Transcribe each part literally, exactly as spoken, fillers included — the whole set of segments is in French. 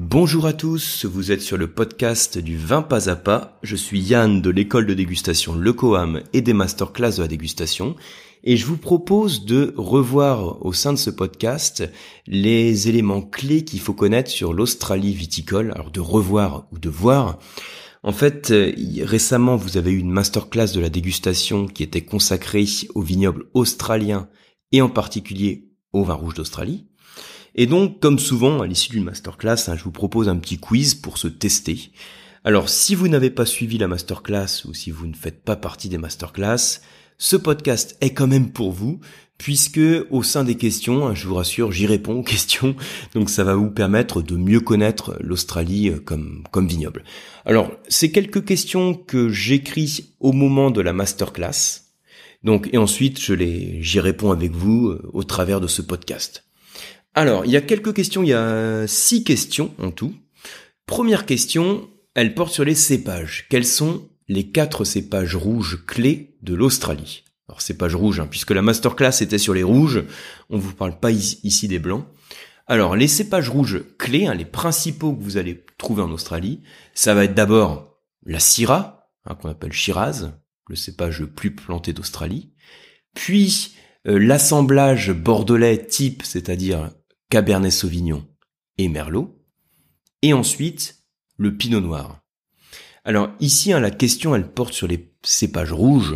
Bonjour à tous, vous êtes sur le podcast du vin pas à pas. Je suis Yann de l'école de dégustation Le Coam et des masterclass de la dégustation. Et je vous propose de revoir au sein de ce podcast les éléments clés qu'il faut connaître sur l'Australie viticole. Alors de revoir ou de voir. En fait, récemment, vous avez eu une masterclass de la dégustation qui était consacrée aux vignobles australiens et en particulier au vin rouge d'Australie. Et donc, comme souvent, à l'issue d'une masterclass, hein, je vous propose un petit quiz pour se tester. Alors, si vous n'avez pas suivi la masterclass ou si vous ne faites pas partie des masterclass, ce podcast est quand même pour vous, puisque au sein des questions, hein, je vous rassure, j'y réponds aux questions, donc ça va vous permettre de mieux connaître l'Australie comme, comme vignoble. Alors, c'est quelques questions que j'écris au moment de la masterclass, donc, et ensuite je les, j'y réponds avec vous euh, au travers de ce podcast. Alors, il y a quelques questions, il y a six questions en tout. Première question, elle porte sur les cépages. Quels sont les quatre cépages rouges clés de l'Australie? Alors, cépages rouges, hein, puisque la masterclass était sur les rouges, on vous parle pas ici des blancs. Alors, les cépages rouges clés, hein, les principaux que vous allez trouver en Australie, ça va être d'abord la Syrah, hein, qu'on appelle Shiraz, le cépage le plus planté d'Australie. Puis, euh, l'assemblage bordelais type, c'est-à-dire Cabernet Sauvignon et Merlot, et ensuite le Pinot Noir. Alors ici, hein, la question, elle porte sur les cépages rouges,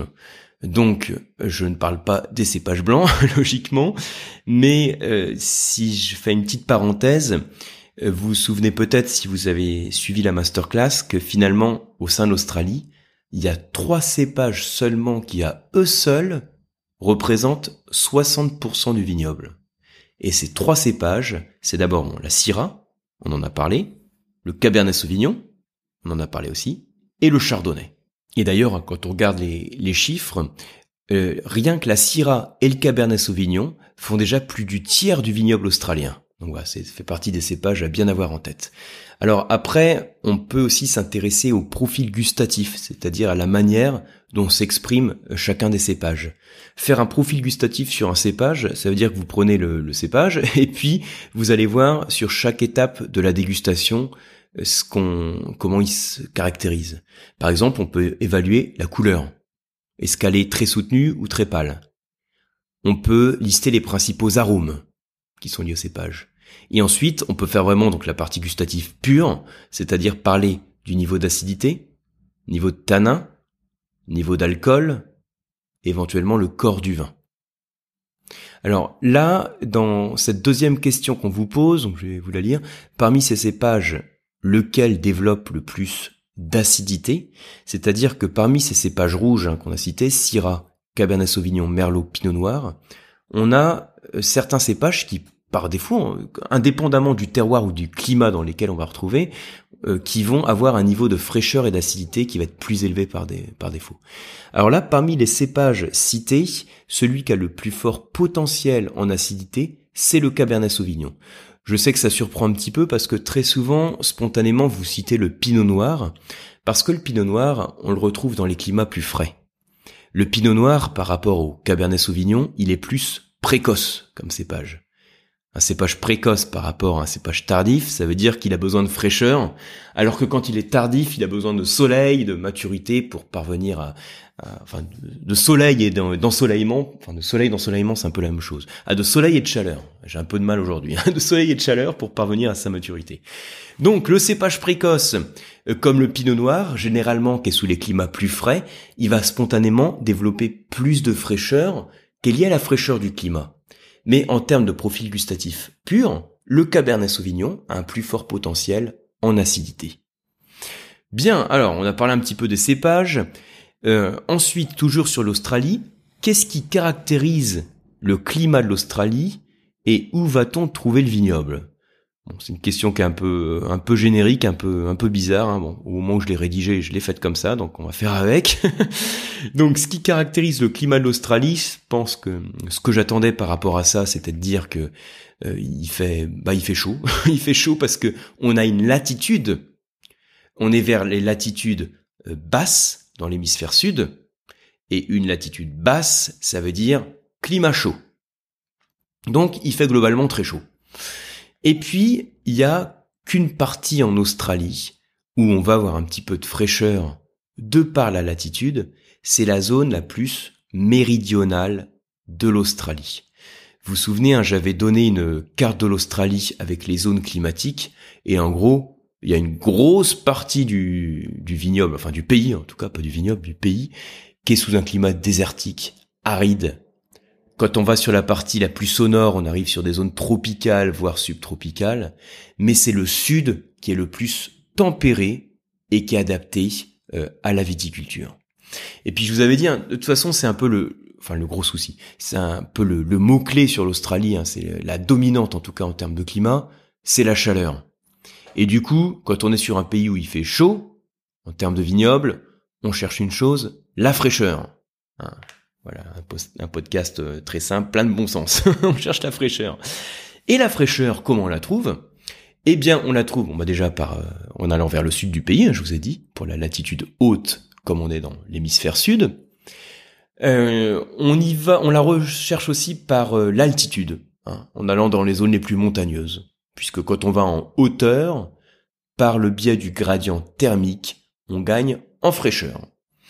donc je ne parle pas des cépages blancs, logiquement, mais euh, si je fais une petite parenthèse, euh, vous vous souvenez peut-être, si vous avez suivi la masterclass, que finalement, au sein de l'Australie, il y a trois cépages seulement qui, à eux seuls, représentent soixante pour cent du vignoble. Et ces trois cépages, c'est d'abord bon, la Syrah, on en a parlé, le Cabernet Sauvignon, on en a parlé aussi, et le Chardonnay. Et d'ailleurs, quand on regarde les, les chiffres, euh, rien que la Syrah et le Cabernet Sauvignon font déjà plus du tiers du vignoble australien. Donc voilà, c'est, ça fait partie des cépages à bien avoir en tête. Alors après, on peut aussi s'intéresser au profil gustatif, c'est-à-dire à la manière dont s'exprime chacun des cépages. Faire un profil gustatif sur un cépage, ça veut dire que vous prenez le, le cépage et puis vous allez voir sur chaque étape de la dégustation ce qu'on, comment il se caractérise. Par exemple, on peut évaluer la couleur. Est-ce qu'elle est très soutenue ou très pâle? On peut lister les principaux arômes qui sont liés au cépage. Et ensuite, on peut faire vraiment donc la partie gustative pure, c'est-à-dire parler du niveau d'acidité, niveau de tanin, niveau d'alcool, éventuellement le corps du vin. Alors là, dans cette deuxième question qu'on vous pose, donc je vais vous la lire, parmi ces cépages, lequel développe le plus d'acidité? C'est-à-dire que parmi ces cépages rouges hein, qu'on a cités, Syrah, Cabernet Sauvignon, Merlot, Pinot Noir, on a euh, certains cépages qui, par défaut, indépendamment du terroir ou du climat dans lesquels on va retrouver, euh, qui vont avoir un niveau de fraîcheur et d'acidité qui va être plus élevé par, des, par défaut. Alors là, parmi les cépages cités, celui qui a le plus fort potentiel en acidité, c'est le Cabernet Sauvignon. Je sais que ça surprend un petit peu parce que très souvent, spontanément, vous citez le Pinot Noir, parce que le Pinot Noir, on le retrouve dans les climats plus frais. Le Pinot Noir, par rapport au Cabernet Sauvignon, il est plus précoce comme cépage. Un cépage précoce par rapport à un cépage tardif, ça veut dire qu'il a besoin de fraîcheur, alors que quand il est tardif, il a besoin de soleil, de maturité pour parvenir à, à enfin, de soleil et d'ensoleillement, enfin de soleil d'ensoleillement, c'est un peu la même chose. Ah, de soleil et de chaleur. J'ai un peu de mal aujourd'hui, hein, de soleil et de chaleur pour parvenir à sa maturité. Donc, le cépage précoce, comme le Pinot Noir, généralement qui est sous les climats plus frais, il va spontanément développer plus de fraîcheur qui est liée à la fraîcheur du climat. Mais en termes de profil gustatif pur, le Cabernet Sauvignon a un plus fort potentiel en acidité. Bien, alors on a parlé un petit peu des cépages. Euh, ensuite, toujours sur l'Australie, qu'est-ce qui caractérise le climat de l'Australie et où va-t-on trouver le vignoble? Bon, c'est une question qui est un peu, un peu générique, un peu, un peu bizarre. Hein. Bon, au moment où je l'ai rédigée, je l'ai faite comme ça, donc on va faire avec. Donc, ce qui caractérise le climat de l'Australie, je pense que ce que j'attendais par rapport à ça, c'était de dire que euh, il fait, bah, il fait chaud. Il fait chaud parce que on a une latitude. On est vers les latitudes euh, basses dans l'hémisphère sud, et une latitude basse, ça veut dire climat chaud. Donc, il fait globalement très chaud. Et puis, il y a qu'une partie en Australie, où on va avoir un petit peu de fraîcheur de par la latitude, c'est la zone la plus méridionale de l'Australie. Vous vous souvenez, hein, j'avais donné une carte de l'Australie avec les zones climatiques, et en gros, il y a une grosse partie du, du vignoble, enfin du pays en tout cas, pas du vignoble, du pays, qui est sous un climat désertique, aride. Quand on va sur la partie la plus au nord, on arrive sur des zones tropicales, voire subtropicales, mais c'est le sud qui est le plus tempéré et qui est adapté euh, à la viticulture. Et puis je vous avais dit, hein, de toute façon, c'est un peu le, enfin le gros souci, c'est un peu le, le mot-clé sur l'Australie, hein, c'est la dominante en tout cas en termes de climat, c'est la chaleur. Et du coup, quand on est sur un pays où il fait chaud, en termes de vignoble, on cherche une chose, la fraîcheur. Hein, voilà, un, post, un podcast très simple, plein de bon sens. On cherche la fraîcheur. Et la fraîcheur, comment on la trouve ? Eh bien, on la trouve, on va déjà par, euh, en allant vers le sud du pays, hein, je vous ai dit, pour la latitude haute, comme on est dans l'hémisphère sud. Euh, on y va, on la recherche aussi par euh, l'altitude, hein, en allant dans les zones les plus montagneuses. Puisque quand on va en hauteur, par le biais du gradient thermique, on gagne en fraîcheur.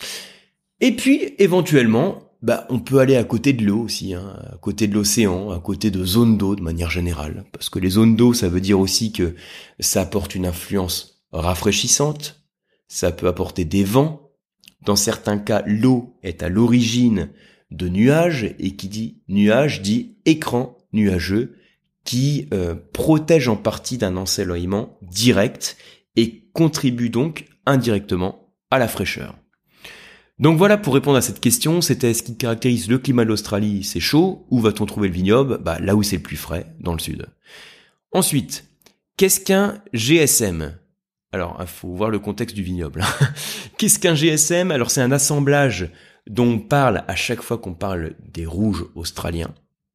Et puis, éventuellement, bah, on peut aller à côté de l'eau aussi, hein, à côté de l'océan, à côté de zones d'eau de manière générale. Parce que les zones d'eau, ça veut dire aussi que ça apporte une influence rafraîchissante, ça peut apporter des vents. Dans certains cas, l'eau est à l'origine de nuages, et qui dit nuage dit écran nuageux, qui euh, protège en partie d'un ensoleillement direct et contribue donc indirectement à la fraîcheur. Donc voilà, pour répondre à cette question, c'était ce qui caractérise le climat de l'Australie, c'est chaud. Où va-t-on trouver le vignoble ? Bah, là où c'est le plus frais, dans le sud. Ensuite, qu'est-ce qu'un G S M ? Alors, il faut voir le contexte du vignoble. Qu'est-ce qu'un G S M ? Alors, c'est un assemblage dont on parle à chaque fois qu'on parle des rouges australiens.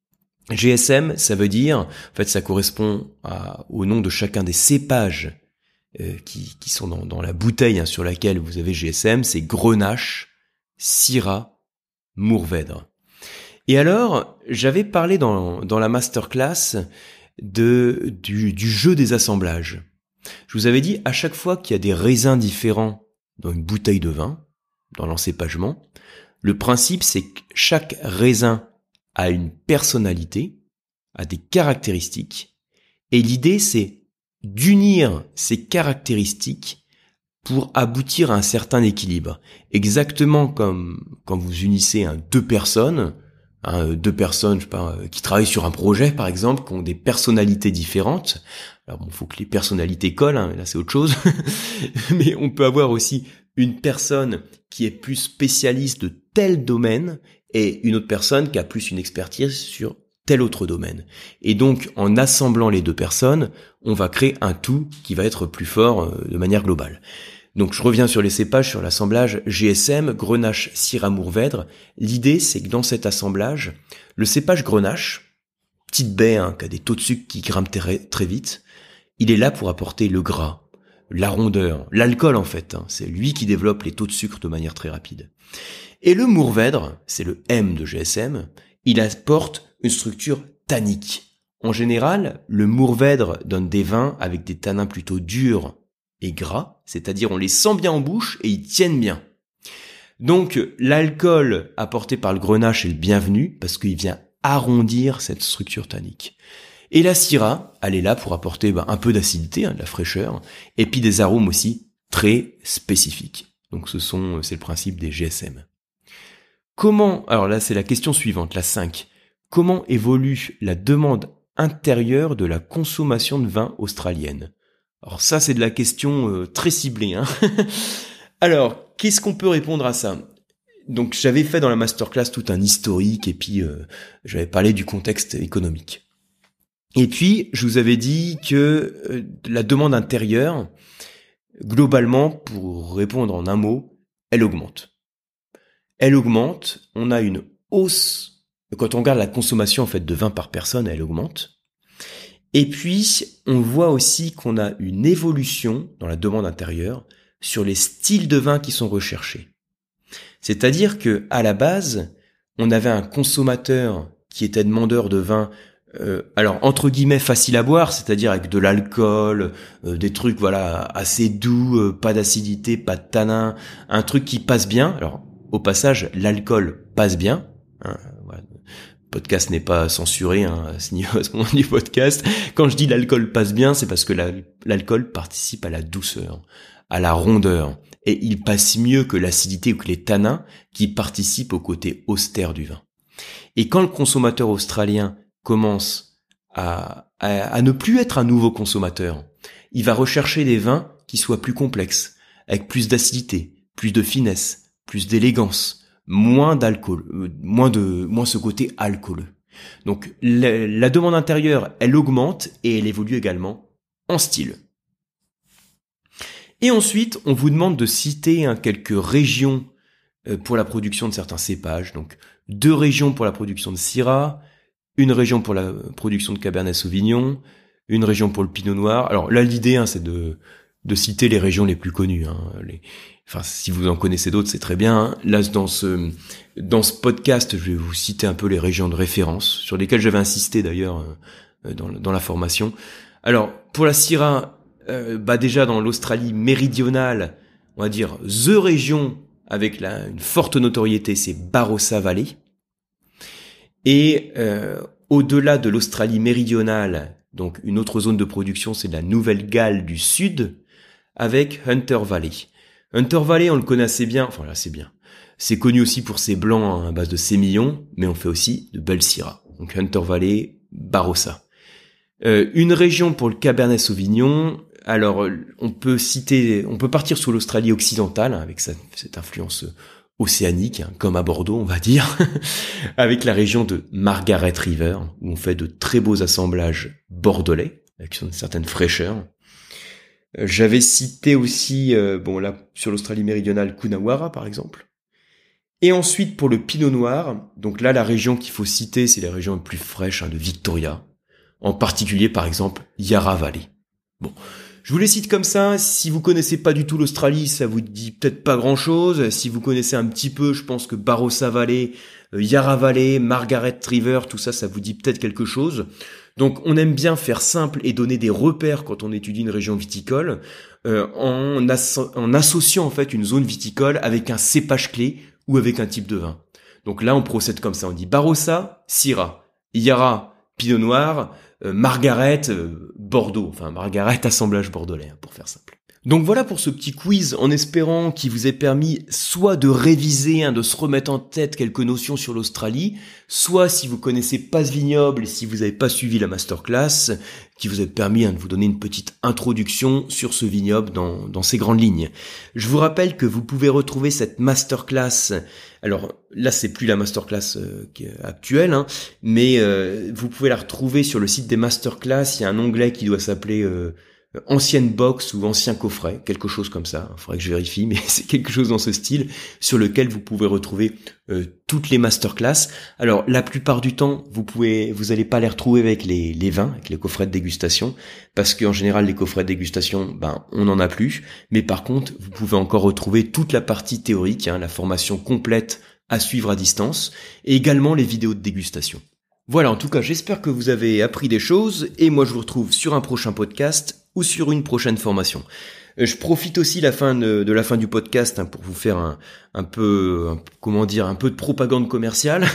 G S M, ça veut dire, en fait, ça correspond à, au nom de chacun des cépages euh, qui, qui sont dans, dans la bouteille, hein, sur laquelle vous avez G S M, c'est Grenache, Syrah, Mourvèdre. Et alors, j'avais parlé dans, dans la masterclass de, du, du jeu des assemblages. Je vous avais dit, à chaque fois qu'il y a des raisins différents dans une bouteille de vin, dans l'encépagement, le principe, c'est que chaque raisin a une personnalité, a des caractéristiques, et l'idée c'est d'unir ces caractéristiques pour aboutir à un certain équilibre. Exactement comme quand vous unissez hein, deux personnes, hein, deux personnes, je sais pas, qui travaillent sur un projet par exemple, qui ont des personnalités différentes. Alors bon, faut que les personnalités collent, hein, là c'est autre chose, mais on peut avoir aussi une personne qui est plus spécialiste de tel domaine, et une autre personne qui a plus une expertise sur tel autre domaine. Et donc, en assemblant les deux personnes, on va créer un tout qui va être plus fort euh, de manière globale. Donc, je reviens sur les cépages, sur l'assemblage G S M, Grenache, Syrah, Mourvèdre. L'idée, c'est que dans cet assemblage, le cépage Grenache, petite baie hein, qui a des taux de sucre qui grimpent très, très vite, il est là pour apporter le gras, la rondeur, l'alcool en fait. Hein, c'est lui qui développe les taux de sucre de manière très rapide. Et le Mourvèdre, c'est le M de G S M, il apporte une structure tannique. En général, le Mourvèdre donne des vins avec des tanins plutôt durs et gras, c'est-à-dire on les sent bien en bouche et ils tiennent bien. Donc l'alcool apporté par le Grenache est le bienvenu parce qu'il vient arrondir cette structure tannique. Et la Syrah, elle est là pour apporter bah, un peu d'acidité, hein, de la fraîcheur, et puis des arômes aussi très spécifiques. Donc ce sont, c'est le principe des G S M. Comment, alors là c'est la question suivante, la cinq. Comment évolue la demande intérieure de la consommation de vin australienne ? Alors ça c'est de la question euh, très ciblée. Hein. Alors, qu'est-ce qu'on peut répondre à ça ? Donc j'avais fait dans la masterclass tout un historique et puis euh, j'avais parlé du contexte économique. Et puis je vous avais dit que euh, la demande intérieure, globalement, pour répondre en un mot, elle augmente. Elle augmente, on a une hausse, quand on regarde la consommation en fait de vin par personne, elle augmente. Et puis, on voit aussi qu'on a une évolution dans la demande intérieure sur les styles de vin qui sont recherchés. C'est-à-dire que à la base, on avait un consommateur qui était demandeur de vin euh, alors entre guillemets facile à boire, c'est-à-dire avec de l'alcool, euh, des trucs voilà assez doux, euh, pas d'acidité, pas de tanin, un truc qui passe bien. Alors au passage, l'alcool passe bien. Hein, voilà. Le podcast n'est pas censuré hein, à ce niveau, à ce moment du podcast. Quand je dis l'alcool passe bien, c'est parce que la, l'alcool participe à la douceur, à la rondeur, et il passe mieux que l'acidité ou que les tanins qui participent au côté austère du vin. Et quand le consommateur australien commence à, à, à ne plus être un nouveau consommateur, il va rechercher des vins qui soient plus complexes, avec plus d'acidité, plus de finesse, plus d'élégance, moins d'alcool, euh, moins de moins ce côté alcooleux. Donc la, la demande intérieure, elle augmente et elle évolue également en style. Et ensuite, on vous demande de citer hein, quelques régions euh, pour la production de certains cépages. Donc deux régions pour la production de Syrah, une région pour la production de Cabernet Sauvignon, une région pour le Pinot Noir. Alors là, l'idée, hein, c'est de de citer les régions les plus connues. Hein, les, enfin, si vous en connaissez d'autres, c'est très bien. Hein. Là, dans ce dans ce podcast, je vais vous citer un peu les régions de référence sur lesquelles j'avais insisté d'ailleurs euh, dans dans la formation. Alors pour la Syrah, euh, bah déjà dans l'Australie méridionale, on va dire the région avec la, une forte notoriété, c'est Barossa Valley. Et euh, au-delà de l'Australie méridionale, donc une autre zone de production, c'est de la Nouvelle-Galles du Sud, avec Hunter Valley. Hunter Valley, on le connaît assez bien, enfin là c'est bien. C'est connu aussi pour ses blancs à base de sémillon, mais on fait aussi de belles syrahs. Donc Hunter Valley, Barossa. Euh, une région pour le Cabernet Sauvignon. Alors on peut citer, on peut partir sur l'Australie occidentale avec sa, cette influence océanique, hein, comme à Bordeaux, on va dire, avec la région de Margaret River, où on fait de très beaux assemblages bordelais, avec une certaine fraîcheur. Euh, j'avais cité aussi, euh, bon là, sur l'Australie méridionale, Coonawarra, par exemple. Et ensuite, pour le Pinot Noir, donc là, la région qu'il faut citer, c'est les régions les plus fraîches hein, de Victoria, en particulier, par exemple, Yarra Valley. Bon. Je vous les cite comme ça, si vous connaissez pas du tout l'Australie, ça vous dit peut-être pas grand-chose. Si vous connaissez un petit peu, je pense que Barossa Valley, euh, Yarra Valley, Margaret River, tout ça, ça vous dit peut-être quelque chose. Donc on aime bien faire simple et donner des repères quand on étudie une région viticole, euh, en, asso- en associant en fait une zone viticole avec un cépage clé ou avec un type de vin. Donc là on procède comme ça, on dit Barossa, Syrah, Yarra, Pinot Noir, Euh, Margaret, euh, Bordeaux, enfin Margaret assemblage bordelais, hein, pour faire simple. Donc voilà pour ce petit quiz, en espérant qu'il vous ait permis soit de réviser, hein, de se remettre en tête quelques notions sur l'Australie, soit si vous connaissez pas ce vignoble et si vous n'avez pas suivi la masterclass, qui vous a permis hein, de vous donner une petite introduction sur ce vignoble dans, dans ses grandes lignes. Je vous rappelle que vous pouvez retrouver cette masterclass. Alors là, c'est plus la masterclass euh, actuelle, hein, mais euh, vous pouvez la retrouver sur le site des masterclass. Il y a un onglet qui doit s'appeler euh, ancienne box ou ancien coffret, quelque chose comme ça. Il faudrait que je vérifie, mais c'est quelque chose dans ce style sur lequel vous pouvez retrouver euh, toutes les masterclass. Alors la plupart du temps, vous pouvez, vous allez pas les retrouver avec les, les vins, avec les coffrets de dégustation, parce qu'en général les coffrets de dégustation, ben on n'en a plus. Mais par contre, vous pouvez encore retrouver toute la partie théorique, hein, la formation complète à suivre à distance, et également les vidéos de dégustation. Voilà, en tout cas, j'espère que vous avez appris des choses, et moi je vous retrouve sur un prochain podcast ou sur une prochaine formation. Je profite aussi la fin de, de la fin du podcast hein, pour vous faire un, un peu, un, comment dire, un peu de propagande commerciale.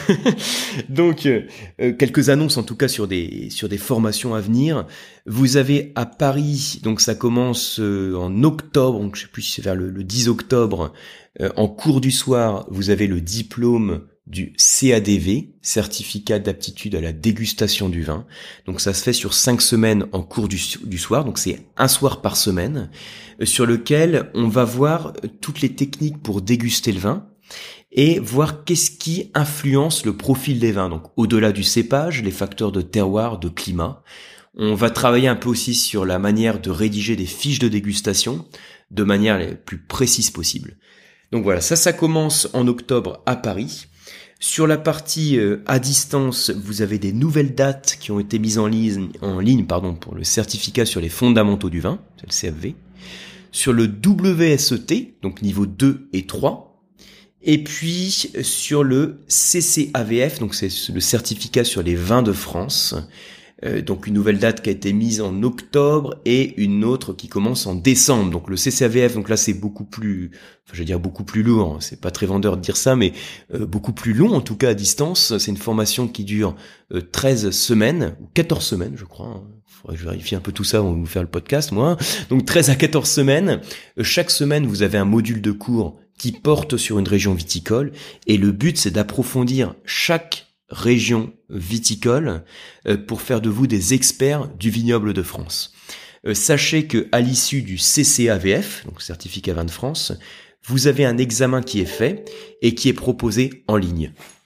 Donc, euh, quelques annonces en tout cas sur des sur des formations à venir. Vous avez à Paris, donc ça commence euh, en octobre, donc je sais plus si c'est vers le, le dix octobre, euh, en cours du soir, vous avez le diplôme du C A D V, certificat d'aptitude à la dégustation du vin. Donc ça se fait sur cinq semaines en cours du, du soir, donc c'est un soir par semaine, euh, sur lequel on va voir toutes les techniques pour déguster le vin et voir qu'est-ce qui influence le profil des vins. Donc au-delà du cépage, les facteurs de terroir, de climat. On va travailler un peu aussi sur la manière de rédiger des fiches de dégustation de manière la plus précise possible. Donc voilà, ça, ça commence en octobre à Paris. Sur la partie euh, à distance, vous avez des nouvelles dates qui ont été mises en ligne, en ligne pardon, pour le certificat sur les fondamentaux du vin, c'est le C F V. Sur le W S E T, donc niveau deux et trois. Et puis sur le C C A V F, donc c'est le certificat sur les vins de France. Euh, donc une nouvelle date qui a été mise en octobre et une autre qui commence en décembre. Donc le C C A V F, donc là c'est beaucoup plus, enfin je vais dire beaucoup plus lourd, hein, c'est pas très vendeur de dire ça, mais euh, beaucoup plus long en tout cas à distance. C'est une formation qui dure euh, treize semaines, ou quatorze semaines je crois, hein. Faudrait que je vérifie un peu tout ça avant de vous faire le podcast moi. Donc treize à quatorze semaines, euh, chaque semaine vous avez un module de cours qui porte sur une région viticole et le but c'est d'approfondir chaque région viticole euh, pour faire de vous des experts du vignoble de France. Euh, sachez que à l'issue du C C A V F, donc certificat vin de France, vous avez un examen qui est fait et qui est proposé en ligne.